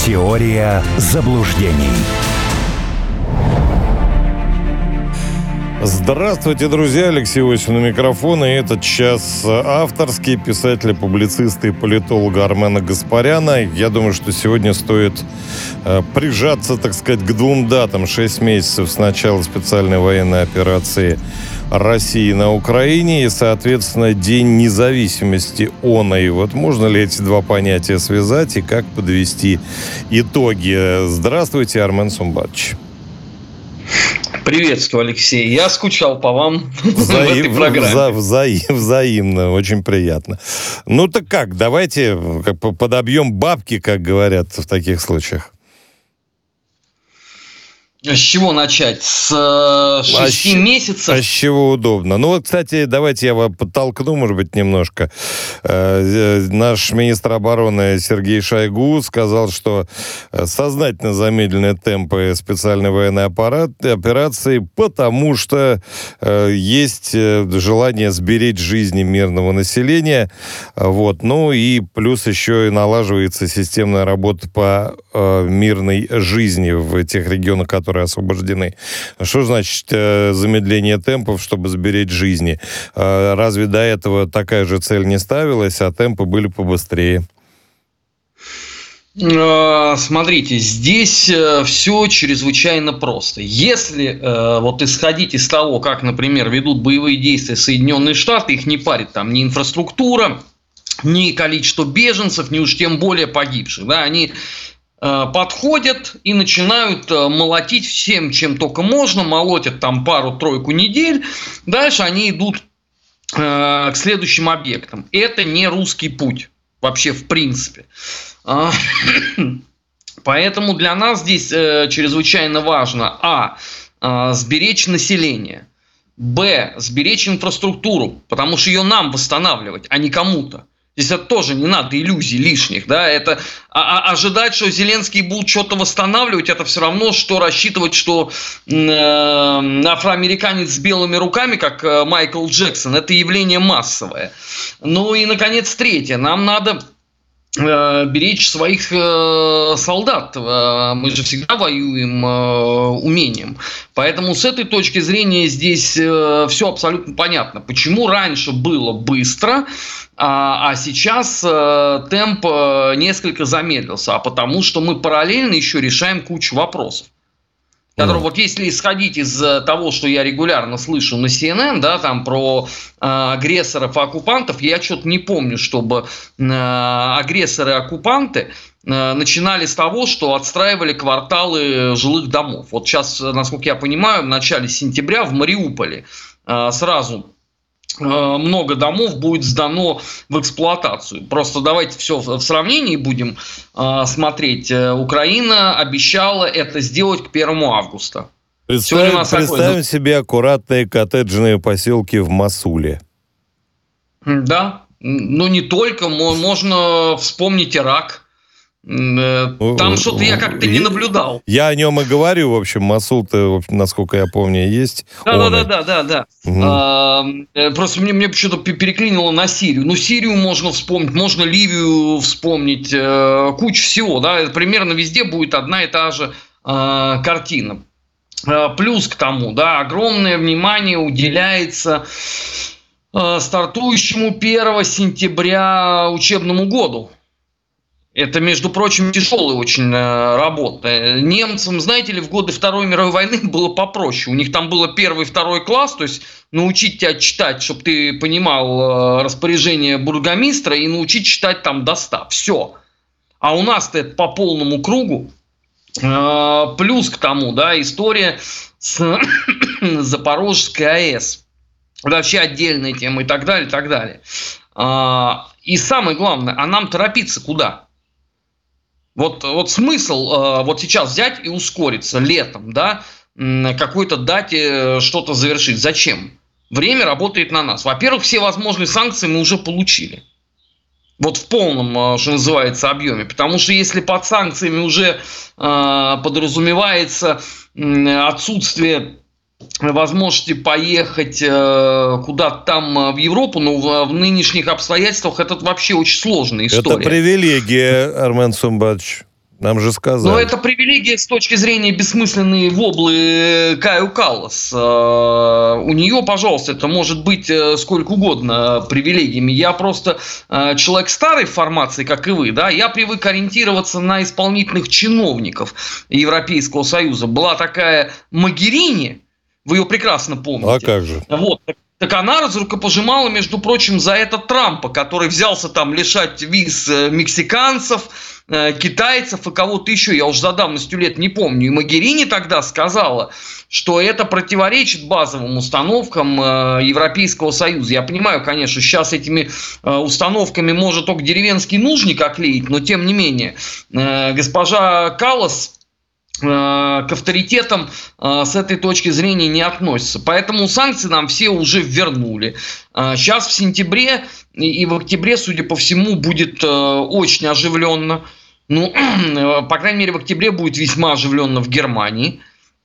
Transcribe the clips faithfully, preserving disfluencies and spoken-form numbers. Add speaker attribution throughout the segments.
Speaker 1: Теория заблуждений.
Speaker 2: Здравствуйте, друзья! Алексей Осин у микрофона. И этот час авторский писателя, публициста и политолога Армена Гаспаряна. Я думаю, что сегодня стоит э, прижаться, так сказать, к двум датам. Шесть месяцев с начала специальной военной операции России на Украине и, соответственно, День независимости ООНа. И вот можно ли эти два понятия связать и как подвести итоги? Здравствуйте, Армен Сумбатович.
Speaker 3: Приветствую, Алексей. Я скучал по вам
Speaker 2: Взаим,
Speaker 3: в этой программе.
Speaker 2: Вза, взаим, взаимно, очень приятно. Ну так как, давайте как, подобьем бабки, как говорят в таких случаях.
Speaker 3: С чего начать? С шести а месяцев?
Speaker 2: А с чего удобно? Ну вот, кстати, давайте я вас подтолкну, может быть, немножко. Э, наш министр обороны Сергей Шойгу сказал, что сознательно замедлены темпы специальной военной аппарат, операции, потому что э, есть желание сберечь жизни мирного населения. Вот. Ну и плюс еще и налаживается системная работа по э, мирной жизни в тех регионах, которые которые освобождены. Что значит э, замедление темпов, чтобы сберечь жизни? Э, разве до этого такая же цель не ставилась, а темпы были побыстрее?
Speaker 3: Смотрите, здесь все чрезвычайно просто. Если э, вот исходить из того, как, например, ведут боевые действия Соединенные Штаты, их не парит там ни инфраструктура, ни количество беженцев, ни уж тем более погибших. Да, они подходят и начинают молотить всем, чем только можно, молотят там пару-тройку недель, дальше они идут э, к следующим объектам. Это не русский путь, вообще в принципе. Поэтому для нас здесь э, чрезвычайно важно, а, э, сберечь население, б, сберечь инфраструктуру, потому что ее нам восстанавливать, а не кому-то. Здесь это тоже не надо иллюзий лишних, да, это а, а, ожидать, что Зеленский будет что-то восстанавливать, это все равно, что рассчитывать, что э, афроамериканец с белыми руками, как э, Майкл Джексон, это явление массовое. Ну и, наконец, третье, нам надо э, беречь своих э, солдат, э, мы же всегда воюем э, умением, поэтому с этой точки зрения здесь э, все абсолютно понятно, почему раньше было быстро, А, а сейчас э, темп э, несколько замедлился, а потому что мы параллельно еще решаем кучу вопросов. Которые, mm. Вот если исходить из того, что я регулярно слышу на си эн эн, да, там про э, агрессоров и оккупантов, я что-то не помню, чтобы э, агрессоры и оккупанты э, начинали с того, что отстраивали кварталы жилых домов. Вот сейчас, насколько я понимаю, в начале сентября в Мариуполе э, сразу много домов будет сдано в эксплуатацию. Просто давайте все в сравнении будем э, смотреть. Украина обещала это сделать к первому августа.
Speaker 2: Представим, представим себе аккуратные коттеджные поселки в Мосуле. Да,
Speaker 3: ну не только. Можно вспомнить Ирак. Там что-то я как-то не наблюдал.
Speaker 2: Я о нем и говорю, в общем, Мосул-то, насколько я помню, есть.
Speaker 3: Да, да, да, да, да, угу. а, просто мне, мне почему-то переклинило на Сирию. Ну, Сирию можно вспомнить, можно Ливию вспомнить, кучу всего, да, примерно везде будет одна и та же а, картина. А, плюс к тому, да, огромное внимание уделяется а, стартующему первого сентября учебному году. Это, между прочим, тяжелая очень работа. Немцам, знаете ли, в годы Второй мировой войны было попроще. У них там было первый, второй класс, то есть научить тебя читать, чтобы ты понимал распоряжение бургомистра, и научить читать там до ста. Все. А у нас-то это по полному кругу. Плюс к тому, да, история с Запорожской АЭС. Вообще отдельная тема и так далее, и так далее. И самое главное, а нам торопиться куда? Вот, вот смысл э, вот сейчас взять и ускориться летом, да, какой-то дате что-то завершить. Зачем? Время работает на нас. Во-первых, все возможные санкции мы уже получили. Вот в полном, что называется, объеме. Потому что если под санкциями уже э, подразумевается э, отсутствие возможности поехать э, куда-то там в Европу, но в, в нынешних обстоятельствах это вообще очень сложная история.
Speaker 2: Это привилегия, Армен Сумбатович. Нам же сказали.
Speaker 3: Но это привилегия с точки зрения бессмысленной воблы Каю Каллас. У нее, пожалуйста, это может быть сколько угодно привилегиями. Я просто человек старой формации, как и вы, да, я привык ориентироваться на исполнительных чиновников Европейского Союза. Была такая Могерини, вы ее прекрасно помните.
Speaker 2: А как же?
Speaker 3: Вот. Так она рукопожимала, между прочим, за это Трампа, который взялся там лишать виз мексиканцев, китайцев и кого-то еще. Я уже за давностью лет не помню. И Могерини тогда сказала, что это противоречит базовым установкам Европейского Союза. Я понимаю, конечно, сейчас этими установками может только деревенский нужник оклеить, но тем не менее. Госпожа Каллас к авторитетам с этой точки зрения не относится. Поэтому санкции нам все уже вернули. Сейчас в сентябре и в октябре, судя по всему, будет очень оживленно. Ну, по крайней мере, в октябре будет весьма оживленно в Германии.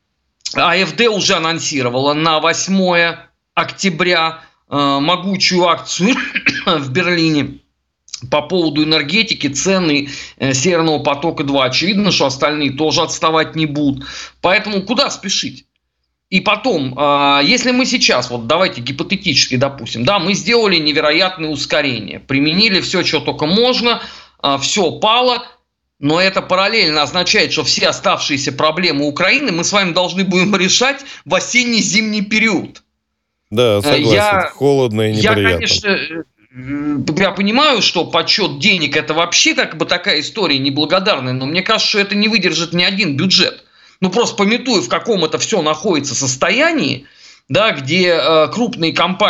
Speaker 3: АфД уже анонсировала на восьмое октября могучую акцию в Берлине по поводу энергетики, цены Северного потока-два. Очевидно, что остальные тоже отставать не будут. Поэтому куда спешить? И потом, если мы сейчас, вот давайте гипотетически допустим, да, мы сделали невероятное ускорение, применили все, что только можно, все пало, но это параллельно означает, что все оставшиеся проблемы Украины мы с вами должны будем решать в осенне-зимний период.
Speaker 2: Да, согласен. Я, холодно и неприятно.
Speaker 3: Я, конечно... Я понимаю, что подсчет денег это вообще как бы такая история неблагодарная, но мне кажется, что это не выдержит ни один бюджет. Ну просто памятуя, в каком это все находится состоянии, да, где э, крупные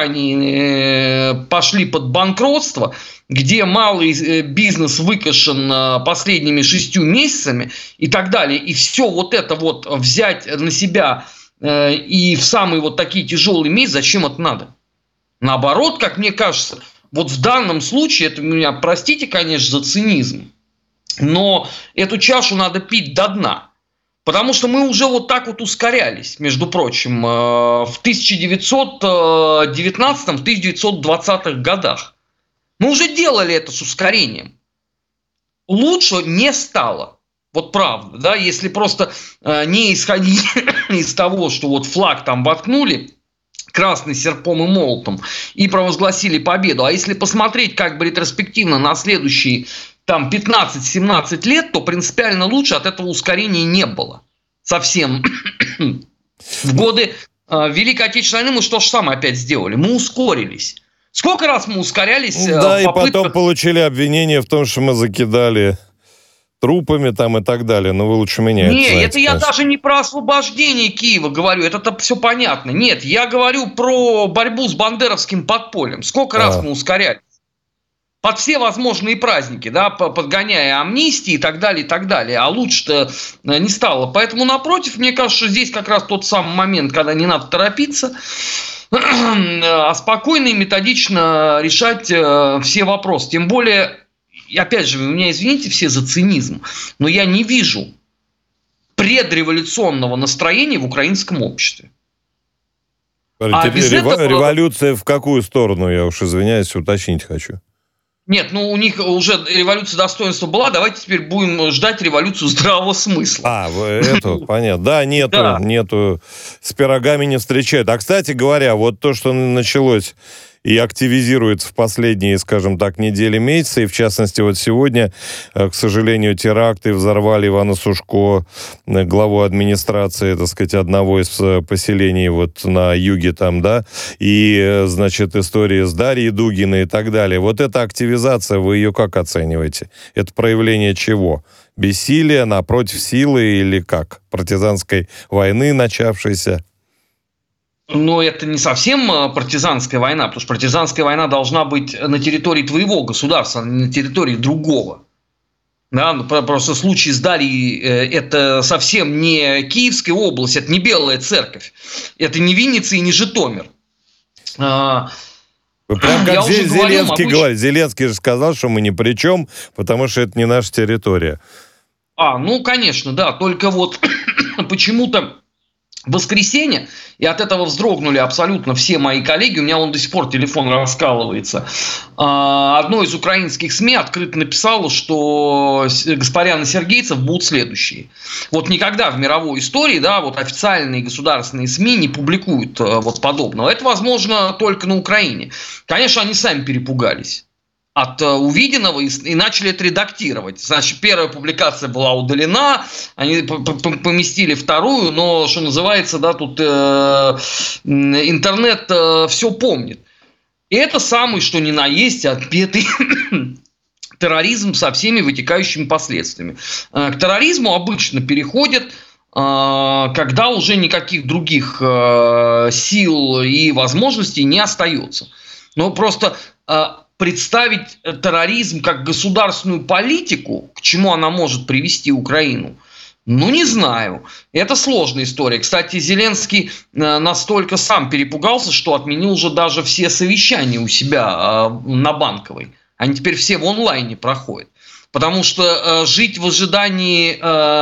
Speaker 3: компании э, пошли под банкротство, где малый э, бизнес выкашен э, последними шестью месяцами и так далее, и все вот это вот взять на себя э, и в самые вот такие тяжелые месяцы, зачем это надо? Наоборот, как мне кажется, вот в данном случае, это меня, простите, конечно, за цинизм, но эту чашу надо пить до дна. Потому что мы уже вот так вот ускорялись, между прочим, в тысяча девятьсот девятнадцатом - тысяча девятьсот двадцатых годах. Мы уже делали это с ускорением. Лучше не стало. Вот правда, да, если просто не исходить из того, что вот флаг там воткнули, красный серпом и молотом, и провозгласили победу. А если посмотреть как бы ретроспективно на следующие там пятнадцать-семнадцать лет, то принципиально лучше от этого ускорения не было. Совсем. В годы э, Великой Отечественной войны мы что же самое опять сделали? Мы ускорились. Сколько раз мы ускорялись? Э,
Speaker 2: да,
Speaker 3: в попытках...
Speaker 2: и потом получили обвинение в том, что мы закидали трупами там и так далее. Но вы лучше меня
Speaker 3: Нет,
Speaker 2: это знаете,
Speaker 3: это я
Speaker 2: конечно.
Speaker 3: даже не про освобождение Киева говорю. Это-то все понятно. Нет, я говорю про борьбу с бандеровским подпольем. Сколько раз
Speaker 2: А.
Speaker 3: мы ускорялись? Под все возможные праздники, да, подгоняя амнистии и так далее, и так далее. А лучше-то не стало. Поэтому, напротив, мне кажется, что здесь как раз тот самый момент, когда не надо торопиться, а спокойно и методично решать все вопросы. Тем более, опять же, вы меня извините все за цинизм, но я не вижу предреволюционного настроения в украинском обществе.
Speaker 2: А без Рев... этого... Революция в какую сторону, я уж извиняюсь, уточнить хочу.
Speaker 3: Нет, ну у них уже революция достоинства была, давайте теперь будем ждать революцию здравого смысла.
Speaker 2: А, это понятно. Да, нету,
Speaker 3: да.
Speaker 2: нету, с пирогами не встречают. А, кстати говоря, вот то, что началось и активизируется в последние, скажем так, недели, месяцы, и в частности вот сегодня, к сожалению, теракты взорвали Ивана Сушко, главу администрации, так сказать, одного из поселений вот на юге там, да, и, значит, истории с Дарьей Дугиной и так далее. Вот эта активизация, вы ее как оцениваете? Это проявление чего? Бессилия, напротив силы или как? Партизанской войны начавшейся?
Speaker 3: Но это не совсем партизанская война, потому что партизанская война должна быть на территории твоего государства, а не на территории другого. Да, просто случай с Дарьей – это совсем не Киевская область, это не Белая Церковь, это не Винница и не Житомир.
Speaker 2: Вы прям как Зеленский говорил, могу... говорит. Зеленский же сказал, что мы ни при чем, потому что это не наша территория.
Speaker 3: А, ну, конечно, да, только вот почему-то В воскресенье, и от этого вздрогнули абсолютно все мои коллеги, у меня он до сих пор телефон раскалывается, одно из украинских СМИ открыто написало, что Гаспарян и Сергейцев будут следующие. Вот никогда в мировой истории, да, вот официальные государственные СМИ не публикуют вот подобного. Это возможно только на Украине. Конечно, они сами перепугались от увиденного и, и начали это редактировать. Значит, первая публикация была удалена, они поместили вторую, но, что называется, да, тут э, интернет э, все помнит. И это самый, что ни на есть, отпетый терроризм со всеми вытекающими последствиями. К терроризму обычно переходят, когда уже никаких других сил и возможностей не остается. Но просто представить терроризм как государственную политику, к чему она может привести Украину, ну, не знаю. Это сложная история. Кстати, Зеленский настолько сам перепугался, что отменил уже даже все совещания у себя на Банковой. Они теперь все в онлайне проходят. Потому что жить в ожидании,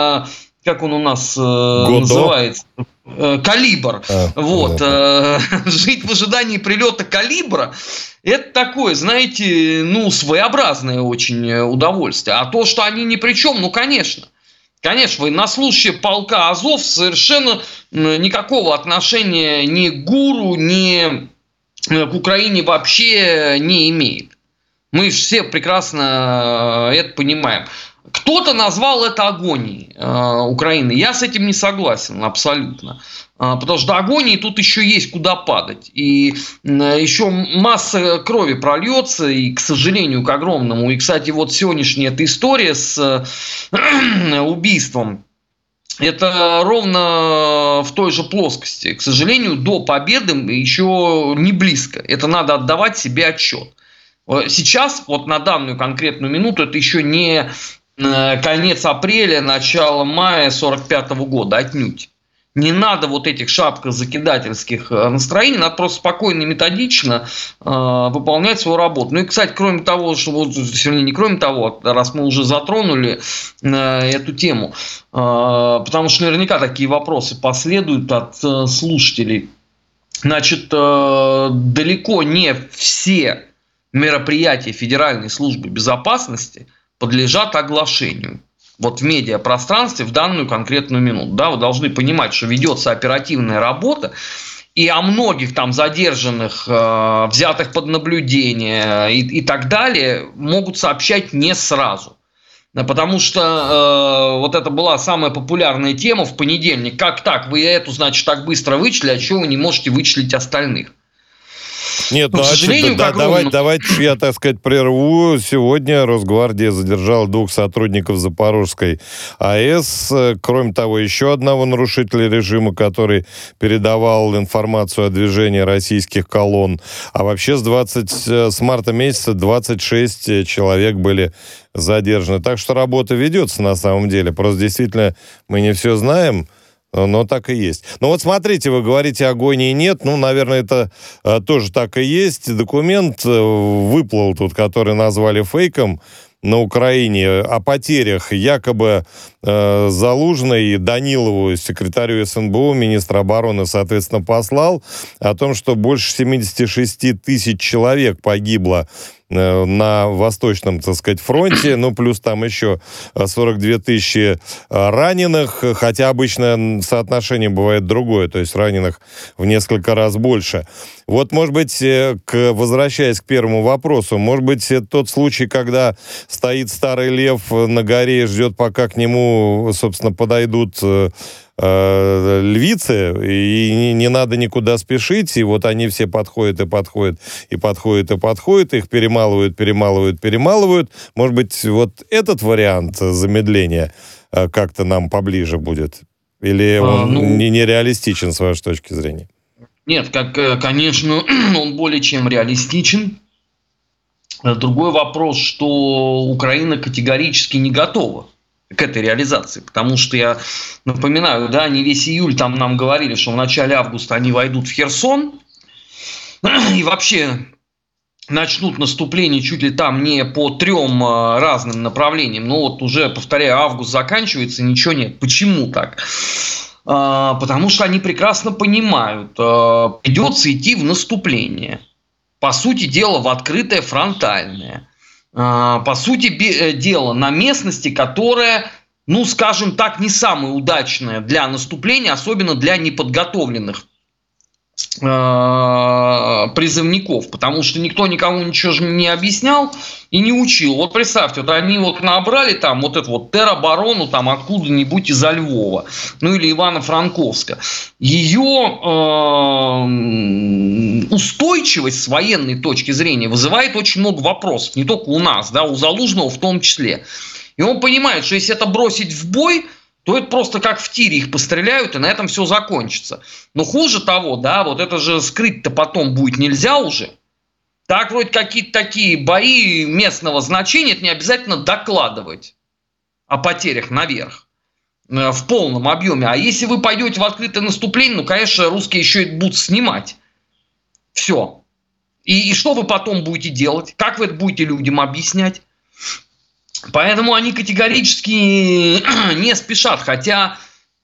Speaker 3: как он у нас Годо. называется, калибр. А, вот. Да. Жить в ожидании прилета калибра, это такое, знаете, ну, своеобразное очень удовольствие. А то, что они ни при чем, ну, конечно. Конечно, военнослужащие полка Азов совершенно никакого отношения ни к ГУРу, ни к Украине вообще не имеет. Мы все прекрасно это понимаем. Кто-то назвал это агонией э, Украины. Я с этим не согласен абсолютно. Э, потому что до агонии тут еще есть куда падать. И э, еще масса крови прольется. И, к сожалению, к огромному. И, кстати, вот сегодняшняя эта история с э, убийством. Это ровно в той же плоскости. К сожалению, до победы еще не близко. Это надо отдавать себе отчет. Сейчас, вот на данную конкретную минуту, это еще не конец апреля, начало мая сорок пятого года, отнюдь. Не надо вот этих шапкозакидательских настроений, надо просто спокойно и методично э, выполнять свою работу. Ну и, кстати, кроме того, что вот, вернее, не кроме того, раз мы уже затронули э, эту тему, э, потому что наверняка такие вопросы последуют от э, слушателей. Значит, э, далеко не все мероприятия Федеральной службы безопасности подлежат оглашению. Вот в медиапространстве в данную конкретную минуту. Да, вы должны понимать, что ведется оперативная работа, и о многих там задержанных, э, взятых под наблюдение и, и так далее могут сообщать не сразу. Потому что э, вот это была самая популярная тема в понедельник. Как так? Вы эту, значит, так быстро вычислили, а чего вы не можете вычислить остальных?
Speaker 2: Нет, ну, а что, да, давайте, давайте я, так сказать, прерву. Сегодня Росгвардия задержала двух сотрудников Запорожской АЭС. Кроме того, еще одного нарушителя режима, который передавал информацию о движении российских колонн. А вообще с, двадцатого, с марта месяца двадцать шесть человек были задержаны. Так что работа ведется на самом деле. Просто действительно мы не все знаем. Но так и есть. Ну вот смотрите, вы говорите, агонии нет. Ну, наверное, это а, тоже так и есть. Документ выплыл тут, который назвали фейком на Украине, о потерях якобы э, Залужный Данилову, секретарю СНБО, министра обороны, соответственно, послал о том, что больше семьдесят шесть тысяч человек погибло на Восточном, так сказать, фронте, ну, плюс там еще сорок две тысячи раненых, хотя обычно соотношение бывает другое, то есть раненых в несколько раз больше. Вот, может быть, к, возвращаясь к первому вопросу, может быть, это тот случай, когда стоит старый лев на горе и ждет, пока к нему, собственно, подойдут львицы, и не, не надо никуда спешить, и вот они все подходят и подходят, и подходят и подходят, их перемалывают, перемалывают, перемалывают. Может быть, вот этот вариант замедления как-то нам поближе будет? Или он а, ну, не, нереалистичен с вашей точки зрения?
Speaker 3: Нет, как, конечно, он более чем реалистичен. Другой вопрос, что Украина категорически не готова к этой реализации, потому что я напоминаю, да, не весь июль там нам говорили, что в начале августа они войдут в Херсон и вообще начнут наступление чуть ли там не по трем разным направлениям. Ну вот уже, повторяю, август заканчивается, ничего нет. Почему так? потому что они прекрасно понимают, придется идти в наступление. По сути дела, в открытое фронтальное. По сути дела, на местности, которая, ну, скажем так, не самая удачная для наступления, особенно для неподготовленных призывников, потому что никто никому ничего же не объяснял и не учил. Вот представьте, вот они вот набрали там вот эту вот тероборону там откуда-нибудь из Львова, ну или Ивано-Франковска. Ее э, устойчивость с военной точки зрения вызывает очень много вопросов, не только у нас, да, у Залужного в том числе. И он понимает, что если это бросить в бой, то это просто как в тире их постреляют, и на этом все закончится. Но хуже того, да, вот это же скрыть-то потом будет нельзя уже. Так вроде какие-то такие бои местного значения, это не обязательно докладывать о потерях наверх в полном объеме. А если вы пойдете в открытое наступление, ну, конечно, русские еще это будут снимать. Все. И, и что вы потом будете делать? Как вы это будете людям объяснять? Поэтому они категорически не спешат, хотя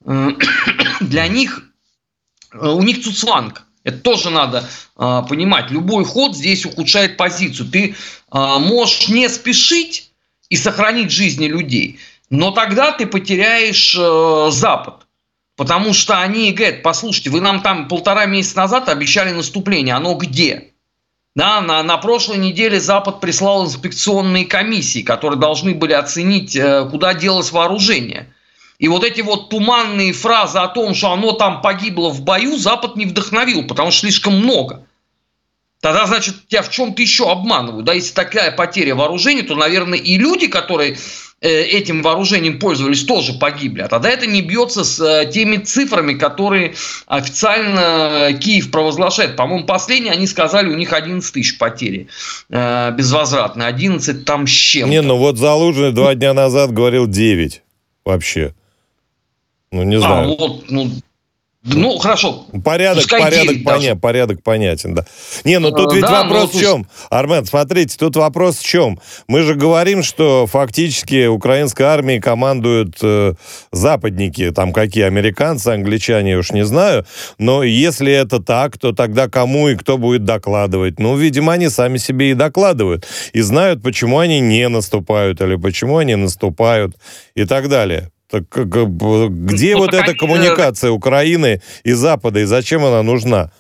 Speaker 3: для них, у них цуцванг. Это тоже надо понимать. Любой ход здесь ухудшает позицию. Ты можешь не спешить и сохранить жизни людей, но тогда ты потеряешь Запад. Потому что они говорят, послушайте, вы нам там полтора месяца назад обещали наступление, оно где? Да, на, на прошлой неделе Запад прислал инспекционные комиссии, которые должны были оценить, куда делось вооружение. И вот эти вот туманные фразы о том, что оно там погибло в бою, Запад не вдохновил, потому что слишком много. Тогда, значит, тебя в чем-то еще обманывают. Да? Если такая потеря вооружения, то, наверное, и люди, которые этим вооружением пользовались, тоже погибли. А тогда это не бьется с теми цифрами, которые официально Киев провозглашает. По-моему, последние они сказали, у них одиннадцать тысяч потери э, безвозвратно. одиннадцать там с чем-то.
Speaker 2: Не, ну вот Залужный два дня назад говорил девять вообще. Ну, не знаю.
Speaker 3: А, вот, ну... Ну, хорошо.
Speaker 2: Порядок, порядок, поня- порядок понятен, да. Не, ну тут ведь да, вопрос в чем? Армен, смотрите, тут вопрос в чем? Мы же говорим, что фактически украинской армией командуют э, западники, там какие, американцы, англичане, я уж не знаю. Но если это так, то тогда кому и кто будет докладывать? Ну, видимо, они сами себе и докладывают. И знают, почему они не наступают, или почему они наступают, и так далее. Так где ну, вот эта они... коммуникация Украины и Запада, и зачем она нужна?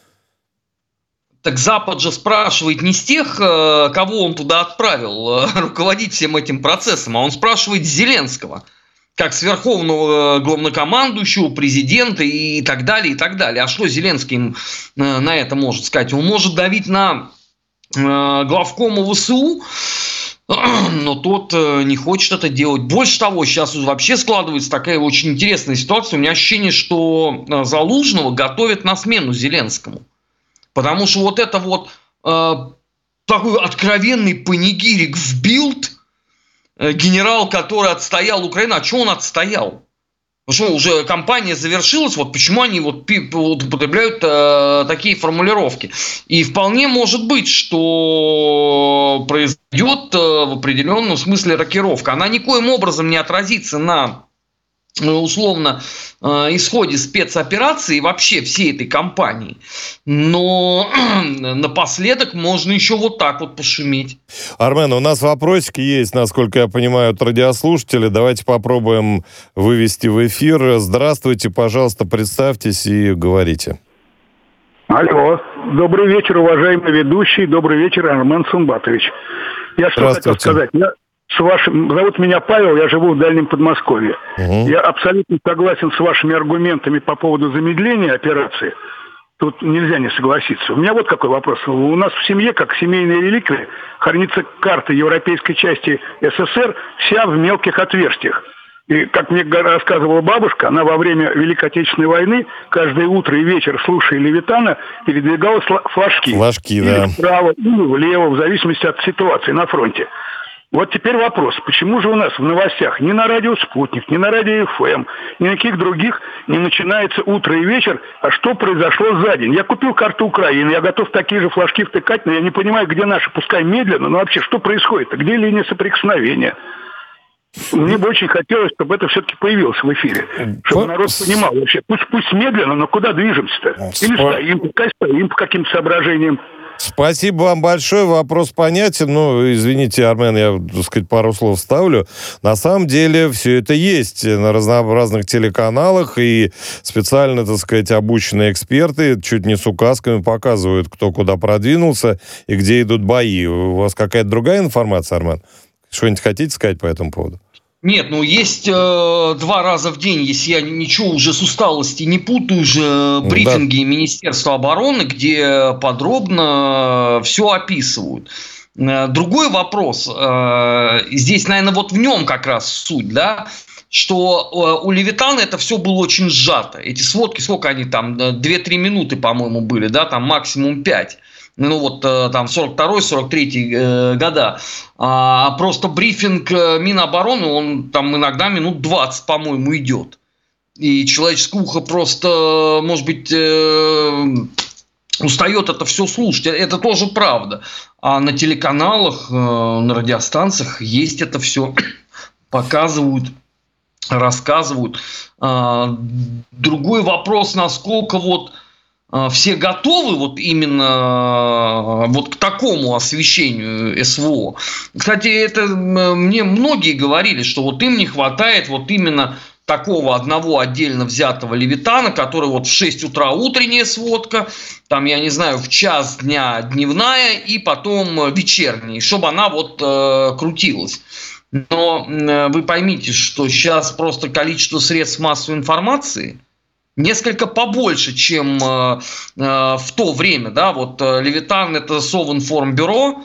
Speaker 3: Так Запад же спрашивает не с тех, кого он туда отправил руководить всем этим процессом, а он спрашивает Зеленского, как с верховного главнокомандующего, президента и так далее, и так далее. А что Зеленский им на это может сказать? Он может давить на главкома ВСУ, но тот не хочет это делать. Больше того, сейчас вообще складывается такая очень интересная ситуация. У меня ощущение, что Залужного готовят на смену Зеленскому. Потому что вот это вот э, такой откровенный панигирик в билд, э, генерал, который отстоял Украину. А что он отстоял? Потому что уже кампания завершилась, вот почему они вот употребляют э, такие формулировки. И вполне может быть, что произойдет э, в определенном смысле рокировка. Она никоим образом не отразится на, условно, э, исходе спецоперации и вообще всей этой кампании. Но напоследок можно еще вот так вот пошуметь.
Speaker 2: Армен, у нас вопросик есть, насколько я понимаю, от радиослушателей. Давайте попробуем вывести в эфир. Здравствуйте, пожалуйста, представьтесь и говорите.
Speaker 4: Алло, добрый вечер, уважаемый ведущий, добрый вечер, Армен Сумбатович. Я что хотел сказать, я с вашим, зовут меня Павел, я живу в Дальнем Подмосковье. Угу. Я абсолютно согласен с вашими аргументами по поводу замедления операции. Тут нельзя не согласиться. У меня вот какой вопрос. У нас в семье, как семейная реликвия, хранится карта европейской части СССР, вся в мелких отверстиях. И, как мне рассказывала бабушка, она во время Великой Отечественной войны каждое утро и вечер, слушая Левитана, передвигала флажки.
Speaker 2: Флажки,
Speaker 4: или
Speaker 2: да.
Speaker 4: вправо, или влево, в зависимости от ситуации на фронте. Вот теперь вопрос, почему же у нас в новостях ни на радио «Спутник», ни на радио эф эм, ни на каких других не начинается утро и вечер, а что произошло за день? Я купил карту Украины, я готов такие же флажки втыкать, но я не понимаю, где наши, пускай медленно, но вообще что происходит, где линия соприкосновения? Мне бы очень хотелось, чтобы это все-таки появилось в эфире. Чтобы народ понимал вообще. Пусть, пусть медленно, но куда движемся-то? Или стоим, пускай стоим по каким-то соображениям.
Speaker 2: Спасибо вам большое, вопрос понятен. Ну, извините, Армен, я, так сказать, пару слов вставлю. На самом деле все это есть на разнообразных телеканалах, и специально, так сказать, обученные эксперты чуть не с указками показывают, кто куда продвинулся и где идут бои. У вас какая-то другая информация, Армен? Что-нибудь хотите сказать по этому поводу?
Speaker 3: Нет, ну есть э, два раза в день, если я ничего уже с усталости не путаю, уже брифинги да. Министерства обороны, где подробно все описывают. Другой вопрос, э, здесь, наверное, вот в нем как раз суть, да, что у Левитана это все было очень сжато. Эти сводки, сколько они там, две-три минуты, по-моему, были, да, там максимум пять. Ну вот там сорок второй сорок третий э, года. А, просто брифинг Минобороны, он там иногда минут двадцать, по-моему, идет. И человеческое ухо просто, может быть, э, устает это все слушать. Это тоже правда. А на телеканалах, э, на радиостанциях есть это все. Показывают, рассказывают. А, другой вопрос, насколько вот все готовы вот именно вот к такому освещению СВО. Кстати, это мне многие говорили, что вот им не хватает вот именно такого одного отдельно взятого Левитана, который вот в шесть утра утренняя сводка, там, я не знаю, в час дня дневная и потом вечерняя, чтобы она вот э, крутилась. Но э, вы поймите, что сейчас просто количество средств массовой информации несколько побольше, чем э, э, в то время, да, вот э, Левитан это Совинформбюро,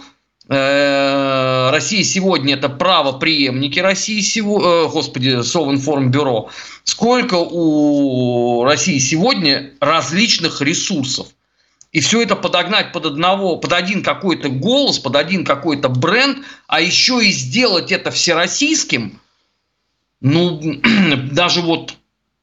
Speaker 3: э, Россия сегодня это правопреемники России сегодня, э, господи, Совинформбюро. Сколько у России сегодня различных ресурсов. И все это подогнать под одного, под один какой-то голос, под один какой-то бренд, а еще и сделать это всероссийским, ну, даже вот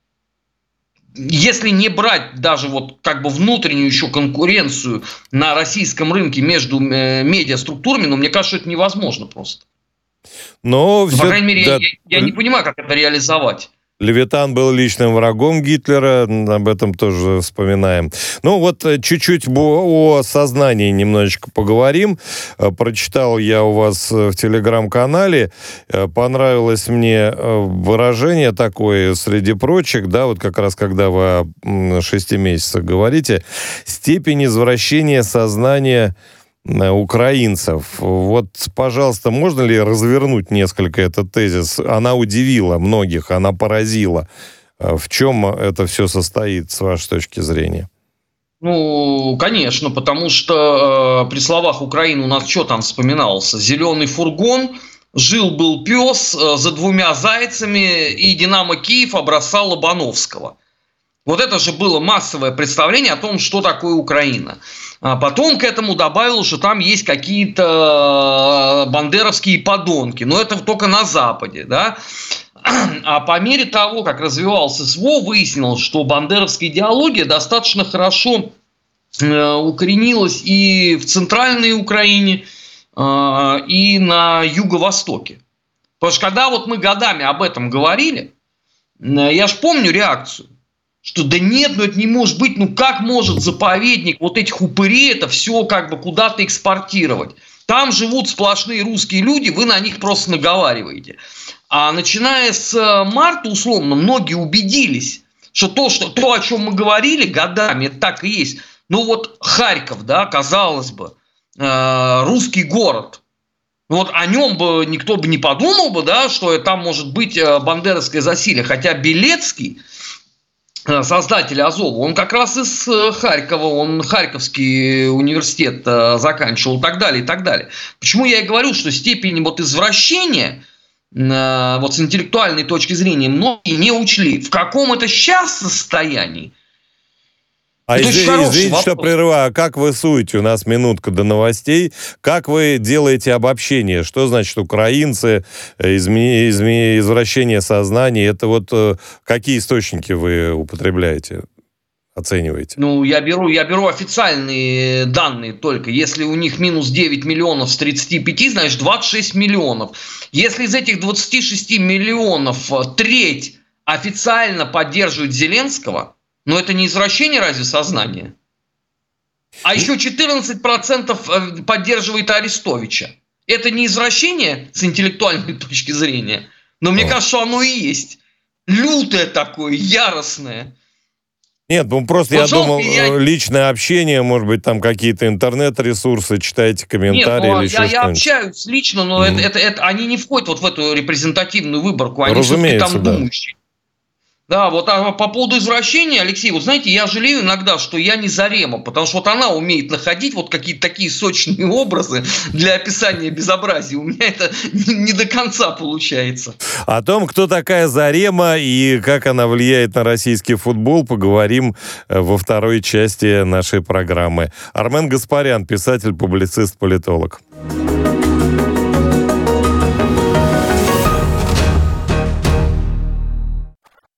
Speaker 3: если не брать даже вот как бы внутреннюю еще конкуренцию на российском рынке между э, медиаструктурами, но мне кажется, это невозможно просто.
Speaker 2: Но
Speaker 3: все... По крайней мере, да... я, я не понимаю, как это реализовать.
Speaker 2: Левитан был личным врагом Гитлера, об этом тоже вспоминаем. Ну вот чуть-чуть о сознании немножечко поговорим. Прочитал я у вас в телеграм-канале, понравилось мне выражение такое среди прочих, да, вот как раз когда вы о шести месяцах говорите, степень извращения сознания украинцев. Вот, пожалуйста, можно ли развернуть несколько этот тезис? Она удивила многих, она поразила. В чем это все состоит, с вашей точки зрения?
Speaker 3: Ну, конечно, потому что э, при словах Украины у нас что там вспоминался? Зеленый фургон, жил-был пес э, за двумя зайцами, и «Динамо Киев» образца Лобановского. Вот это же было массовое представление о том, что такое Украина. А потом к этому добавил, что там есть какие-то бандеровские подонки. Но это только на Западе, да. А по мере того, как развивался СВО, выяснилось, что бандеровская идеология достаточно хорошо укоренилась и в центральной Украине, и на юго-востоке. Потому что когда вот мы годами об этом говорили, я ж помню реакцию. Что да нет, ну это не может быть, ну как может заповедник вот этих упырей это все как бы куда-то экспортировать? Там живут сплошные русские люди, вы на них просто наговариваете. А начиная с марта, условно, многие убедились, что то, что, то, о чем мы говорили годами, это так и есть. Ну вот Харьков, да, казалось бы, э, русский город. Вот о нем бы никто бы не подумал бы, да, что там может быть бандеровское засилие. Хотя Белецкий, создатель Азова, он как раз из Харькова, он Харьковский университет заканчивал и так далее, и так далее. Почему я и говорю, что степень вот извращения вот с интеллектуальной точки зрения многие не учли. В каком это сейчас состоянии?
Speaker 2: А это извините, извините что прерываю, а как вы суете? У нас минутка до новостей. Как вы делаете обобщение? Что значит украинцы, изме, изме, извращение сознания? Это вот какие источники вы употребляете? оцениваете?
Speaker 3: Ну, я беру, я беру официальные данные только. Если у них минус девять миллионов с тридцати пяти, значит двадцать шесть миллионов. Если из этих двадцати шести миллионов треть официально поддерживает Зеленского, ну это не извращение разве сознания? А еще четырнадцать процентов поддерживает Арестовича. Это не извращение с интеллектуальной точки зрения? Но мне кажется, что оно и есть. Лютое такое, яростное.
Speaker 2: Нет, ну просто вот я думал, я... личное общение, может быть, там какие-то интернет-ресурсы, читаете комментарии. Нет, ну, или
Speaker 3: я,
Speaker 2: еще
Speaker 3: я общаюсь лично, но mm-hmm. это, это, это, они не входят вот в эту репрезентативную выборку, они
Speaker 2: Разумеется,
Speaker 3: все-таки там
Speaker 2: да.
Speaker 3: думающие. Да, вот а по поводу извращения, Алексей, вот знаете, я жалею иногда, что я не Зарема, потому что вот она умеет находить вот какие-то такие сочные образы для описания безобразия. У меня это не до конца получается.
Speaker 2: О том, кто такая Зарема и как она влияет на российский футбол, поговорим во второй части нашей программы. Армен Гаспарян, писатель, публицист, политолог.